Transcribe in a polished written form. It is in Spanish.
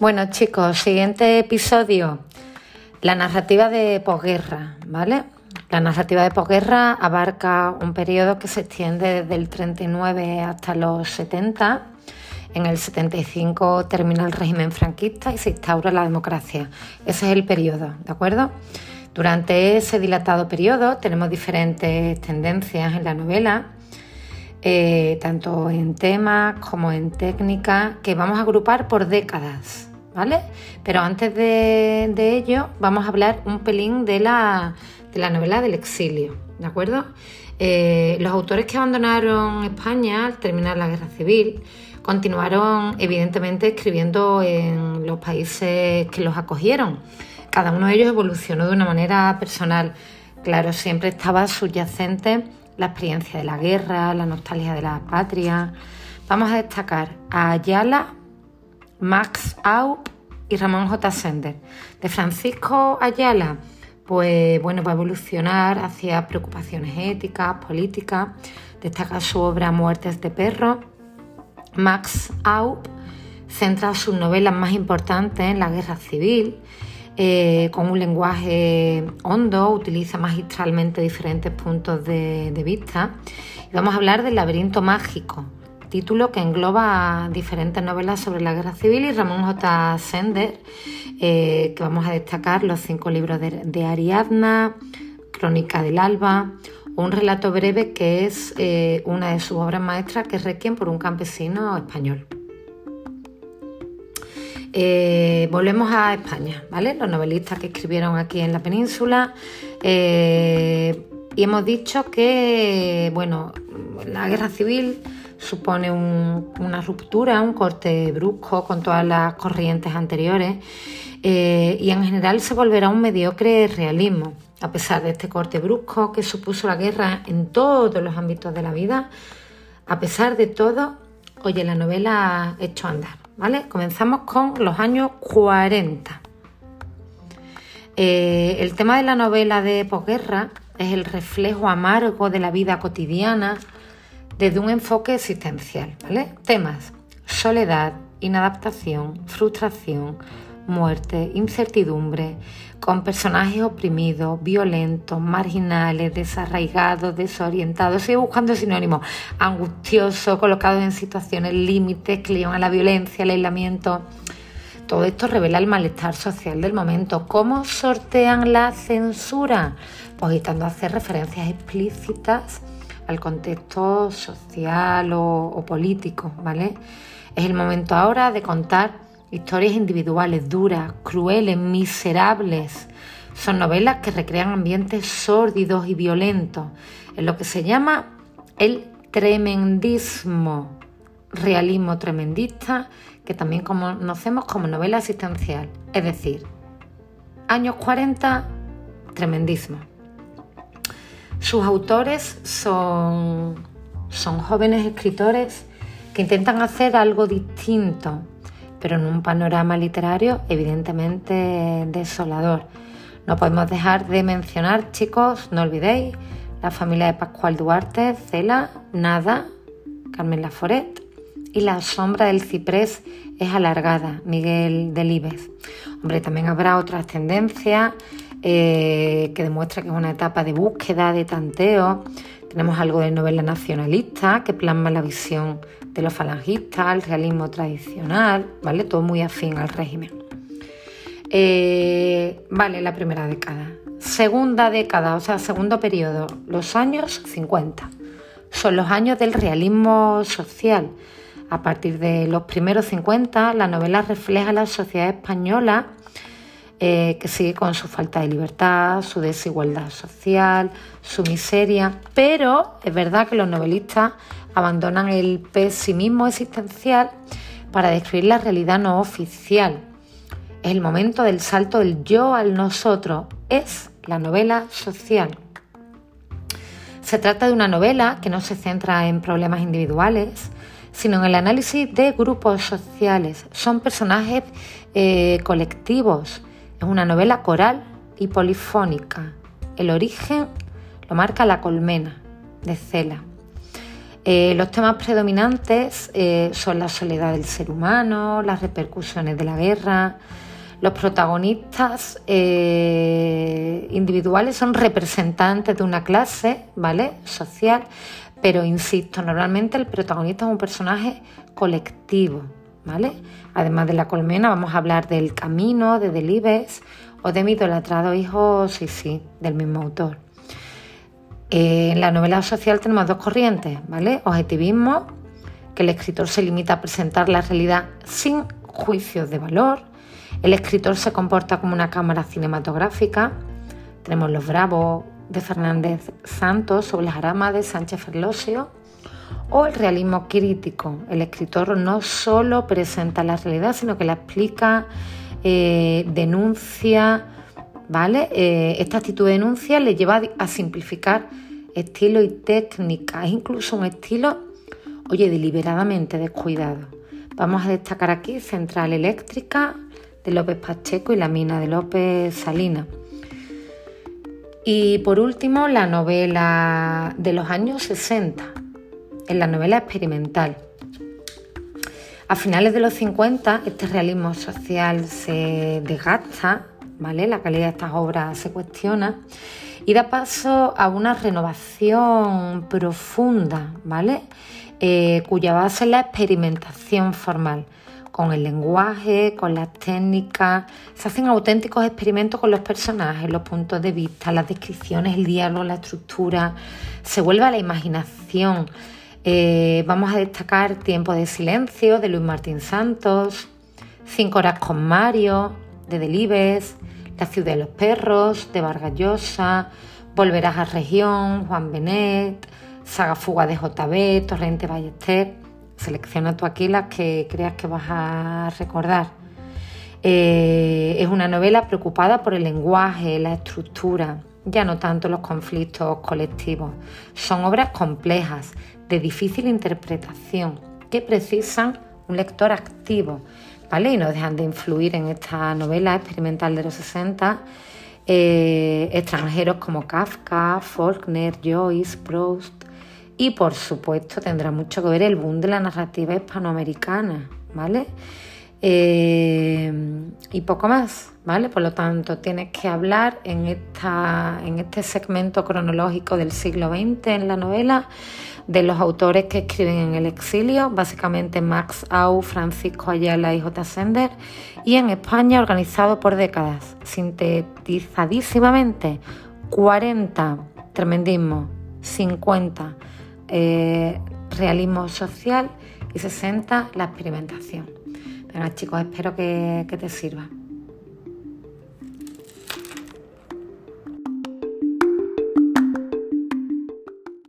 Bueno, chicos, siguiente episodio, la narrativa de posguerra, ¿vale? La narrativa de posguerra abarca un periodo que se extiende desde el 39 hasta los 70. En el 75 termina el régimen franquista y se instaura la democracia. Ese es el periodo, ¿de acuerdo? Durante ese dilatado periodo tenemos diferentes tendencias en la novela, tanto en temas como en técnicas, que vamos a agrupar por décadas, ¿vale? Pero antes de ello vamos a hablar un pelín de la novela del exilio, ¿de acuerdo? Los autores que abandonaron España al terminar la Guerra Civil continuaron evidentemente escribiendo en los países que los acogieron. Cada uno de ellos evolucionó de una manera personal. Claro, siempre estaba subyacente la experiencia de la guerra, la nostalgia de la patria. Vamos a destacar a Ayala, Max Aub y Ramón J. Sender. De Francisco Ayala, pues bueno, va a evolucionar hacia preocupaciones éticas, políticas. Destaca su obra Muertes de perro. Max Aub centra sus novelas más importantes en la guerra civil, con un lenguaje hondo, utiliza magistralmente diferentes puntos de vista. Y vamos a hablar del Laberinto mágico, título que engloba diferentes novelas sobre la guerra civil, y Ramón J. Sender, que vamos a destacar los 5 libros de Ariadna, Crónica del Alba, un relato breve que es una de sus obras maestras, que es Requiem por un campesino español. Volvemos a España, ¿vale? Los novelistas que escribieron aquí en la península, y hemos dicho que, bueno, la guerra civil supone una ruptura, un corte brusco con todas las corrientes anteriores, y en general se volverá un mediocre realismo. A pesar de este corte brusco que supuso la guerra en todos los ámbitos de la vida, a pesar de todo, oye, la novela ha hecho andar, ¿vale? Comenzamos con los años 40. El tema de la novela de posguerra es el reflejo amargo de la vida cotidiana desde un enfoque existencial, ¿vale? Temas: soledad, inadaptación, frustración, muerte, incertidumbre, con personajes oprimidos, violentos, marginales, desarraigados, desorientados. Estoy buscando sinónimos: angustiosos, colocados en situaciones límites que llevan a la violencia, al aislamiento. Todo esto revela el malestar social del momento. ¿Cómo sortean la censura? Pues evitando hacer referencias explícitas al contexto social o político, ¿vale? Es el momento ahora de contar historias individuales duras, crueles, miserables. Son novelas que recrean ambientes sórdidos y violentos, en lo que se llama el tremendismo, realismo tremendista, que también conocemos como novela existencial. Es decir, años 40, tremendismo. Sus autores son jóvenes escritores que intentan hacer algo distinto, pero en un panorama literario evidentemente desolador. No podemos dejar de mencionar, chicos, no olvidéis, La familia de Pascual Duarte, Cela, Nada, Carmen Laforet, y La sombra del ciprés es alargada, Miguel Delibes. Hombre, también habrá otras tendencias que demuestra que es una etapa de búsqueda, de tanteo. Tenemos algo de novela nacionalista que plasma la visión de los falangistas, el realismo tradicional, ¿vale? Todo muy afín al régimen. Vale, la primera década. Segunda década, o sea, segundo periodo, los años 50. Son los años del realismo social. A partir de los primeros 50, la novela refleja la sociedad española, que sigue con su falta de libertad, su desigualdad social, su miseria, pero es verdad que los novelistas abandonan el pesimismo existencial para describir la realidad no oficial. Es el momento del salto del yo al nosotros, es la novela social. Se trata de una novela que no se centra en problemas individuales, sino en el análisis de grupos sociales. Son personajes colectivos. Es una novela coral y polifónica. El origen lo marca La colmena, de Cela. Los temas predominantes son la soledad del ser humano, las repercusiones de la guerra. Los protagonistas individuales son representantes de una clase, ¿vale?, social, pero insisto, normalmente el protagonista es un personaje colectivo, ¿vale? Además de La colmena, vamos a hablar del Camino, de Delibes o de Mi idolatrado hijo Sisi, del mismo autor. En la novela social tenemos dos corrientes, ¿vale? Objetivismo, que el escritor se limita a presentar la realidad sin juicios de valor. El escritor se comporta como una cámara cinematográfica. Tenemos Los Bravos, de Fernández Santos, sobre las aramas de Sánchez Ferlosio. O el realismo crítico. El escritor no solo presenta la realidad, sino que la explica, denuncia, ¿vale? Esta actitud de denuncia le lleva a simplificar estilo y técnica. Es incluso un estilo, deliberadamente descuidado. Vamos a destacar aquí Central Eléctrica, de López Pacheco, y La mina, de López Salinas. Y por último, la novela de los años 60, en la novela experimental. A finales de los 50, este realismo social se desgasta, ¿vale? La calidad de estas obras se cuestiona y da paso a una renovación profunda, ¿vale? Cuya base es la experimentación formal, con el lenguaje, con las técnicas. Se hacen auténticos experimentos con los personajes, los puntos de vista, las descripciones, el diálogo, la estructura. Se vuelve a la imaginación. Vamos a destacar Tiempo de silencio, de Luis Martín Santos, 5 horas con Mario, de Delibes, La ciudad de los perros, de Vargas Llosa, Volverás a región, Juan Benet, Saga fuga, de J.B., Torrente Ballester. Selecciona tú aquí las que creas que vas a recordar. Es una novela preocupada por el lenguaje, la estructura, ya no tanto los conflictos colectivos. Son obras complejas, de difícil interpretación, que precisan un lector activo, ¿vale? Y no dejan de influir en esta novela experimental de los 60 extranjeros como Kafka, Faulkner, Joyce, Proust. Y por supuesto tendrá mucho que ver el boom de la narrativa hispanoamericana, ¿vale? Y poco más, ¿vale? Por lo tanto, tienes que hablar en este segmento cronológico del siglo XX en la novela de los autores que escriben en el exilio, básicamente Max Au, Francisco Ayala y J. Sender, y en España organizado por décadas, sintetizadísimamente, 40 tremendismo, 50 realismo social y 60 la experimentación. Venga, chicos, espero que te sirva.